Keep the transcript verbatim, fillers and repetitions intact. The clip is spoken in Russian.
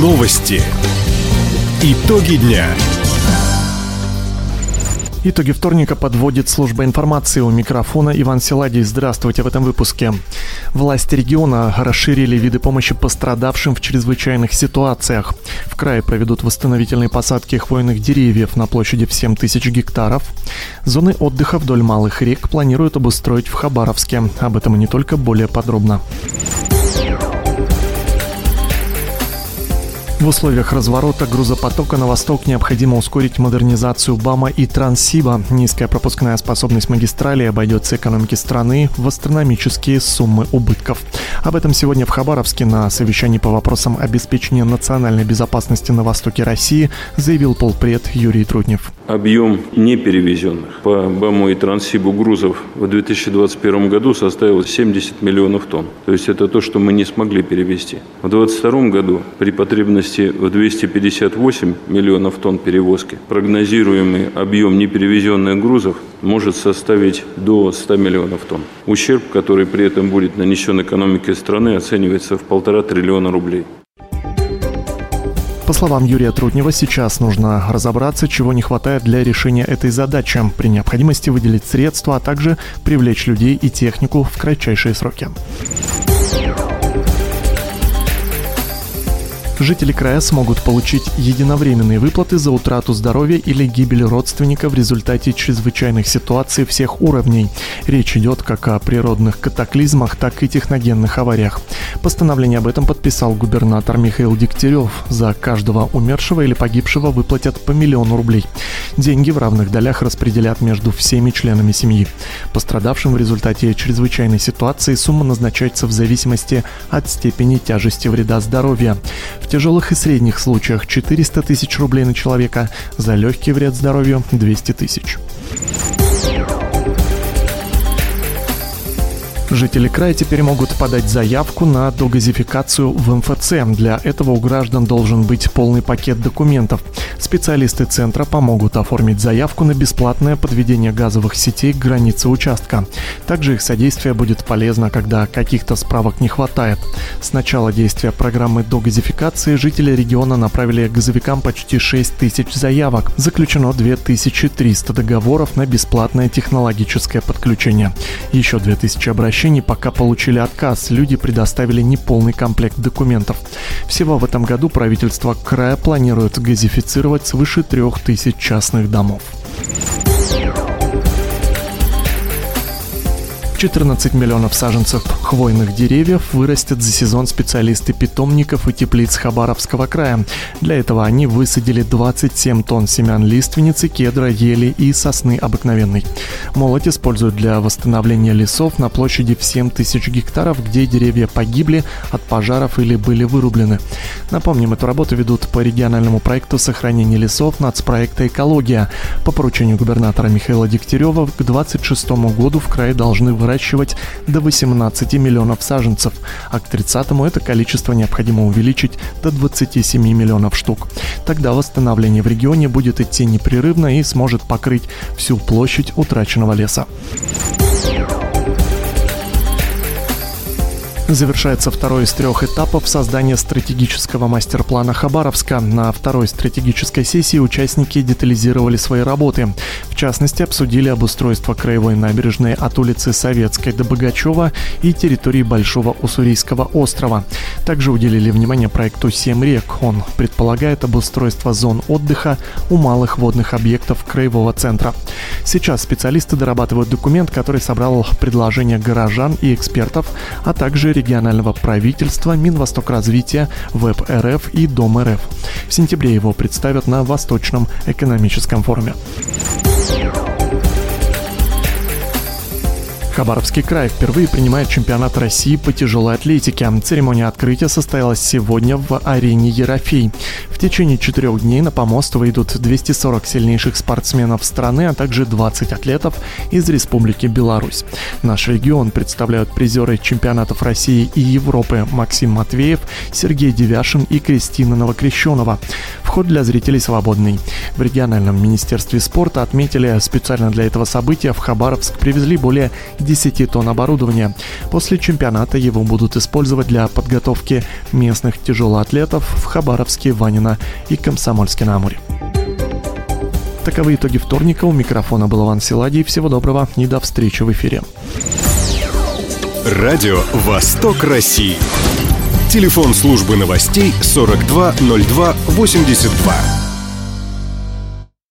Новости. Итоги дня. Итоги вторника подводит служба информации. У микрофона Иван Силадий. Здравствуйте в этом выпуске. Власти региона расширили виды помощи пострадавшим в чрезвычайных ситуациях. В крае проведут восстановительные посадки хвойных деревьев на площади в семь тысяч гектаров. Зоны отдыха вдоль малых рек планируют обустроить в Хабаровске. Об этом и не только, более подробно. В условиях разворота грузопотока на восток необходимо ускорить модернизацию БАМа и Транссиба. Низкая пропускная способность магистрали обойдется экономике страны в астрономические суммы убытков. Об этом сегодня в Хабаровске на совещании по вопросам обеспечения национальной безопасности на востоке России заявил полпред Юрий Труднев. Объем неперевезенных по БАМу и Транссибу грузов в две тысячи двадцать первом году составил семьдесят миллионов тонн. То есть это то, что мы не смогли перевезти. В две тысячи двадцать втором году при потребности в двести пятьдесят восемь миллионов тонн перевозки прогнозируемый объем неперевезенных грузов может составить до ста миллионов тонн. Ущерб, который при этом будет нанесен экономике страны, оценивается в полтора триллиона рублей. По словам Юрия Труднева, сейчас нужно разобраться, чего не хватает для решения этой задачи, при необходимости выделить средства, а также привлечь людей и технику в кратчайшие сроки. Жители края смогут получить единовременные выплаты за утрату здоровья или гибель родственника в результате чрезвычайных ситуаций всех уровней. Речь идет как о природных катаклизмах, так и техногенных авариях. Постановление об этом подписал губернатор Михаил Дегтярев. За каждого умершего или погибшего выплатят по миллиону рублей. Деньги в равных долях распределят между всеми членами семьи. Пострадавшим в результате чрезвычайной ситуации сумма назначается в зависимости от степени тяжести вреда здоровья. В тяжелых и средних случаях четыреста тысяч рублей на человека, за легкий вред здоровью двести тысяч. Жители края теперь могут подать заявку на догазификацию в эм эф цэ. Для этого у граждан должен быть полный пакет документов. Специалисты центра помогут оформить заявку на бесплатное подведение газовых сетей к границе участка. Также их содействие будет полезно, когда каких-то справок не хватает. С начала действия программы догазификации жители региона направили газовикам почти шесть тысяч заявок. Заключено две тысячи триста договоров на бесплатное технологическое подключение. Еще две тысячи обращений пока получили отказ, люди предоставили неполный комплект документов. Всего в этом году правительство края планирует газифицировать свыше трех тысяч частных домов. четырнадцать миллионов саженцев хвойных деревьев вырастят за сезон специалисты питомников и теплиц Хабаровского края. Для этого они высадили двадцать семь тонн семян лиственницы, кедра, ели и сосны обыкновенной. Молоть используют для восстановления лесов на площади в семь тысяч гектаров, где деревья погибли от пожаров или были вырублены. Напомним, эту работу ведут по региональному проекту сохранения лесов нацпроекта «Экология». По поручению губернатора Михаила Дегтярева к двадцать шестому году в крае должны вырастать выращивать до восемнадцати миллионов саженцев, а к тридцатому это количество необходимо увеличить до двадцати семи миллионов штук. Тогда восстановление в регионе будет идти непрерывно и сможет покрыть всю площадь утраченного леса. Завершается второй из трех этапов создания стратегического мастер-плана Хабаровска. На второй стратегической сессии участники детализировали свои работы. В частности, обсудили обустройство краевой набережной от улицы Советской до Богачева и территории Большого Уссурийского острова. Также уделили внимание проекту «Семь рек». Он предполагает обустройство зон отдыха у малых водных объектов краевого центра. Сейчас специалисты дорабатывают документ, который собрал предложения горожан и экспертов, а также регионального правительства, Минвостокразвития, ВЭБ эр эф и Дом эр эф. В сентябре его представят на Восточном экономическом форуме. Хабаровский край впервые принимает чемпионат России по тяжелой атлетике. Церемония открытия состоялась сегодня в арене «Ерофей». В течение четырех дней на помост выйдут двести сорок сильнейших спортсменов страны, а также двадцать атлетов из Республики Беларусь. Наш регион представляют призеры чемпионатов России и Европы Максим Матвеев, Сергей Девяшин и Кристина Новокрещенова. Вход для зрителей свободный. В региональном министерстве спорта отметили, специально для этого события в Хабаровск привезли более десять тонн оборудования. После чемпионата его будут использовать для подготовки местных тяжелоатлетов в Хабаровске, Ванино и Комсомольске-на-Амуре. Таковы итоги вторника. У микрофона был Иван Силадий. Всего доброго и до встречи в эфире. Радио «Восток России». Телефон службы новостей сорок два ноль два восемьдесят два.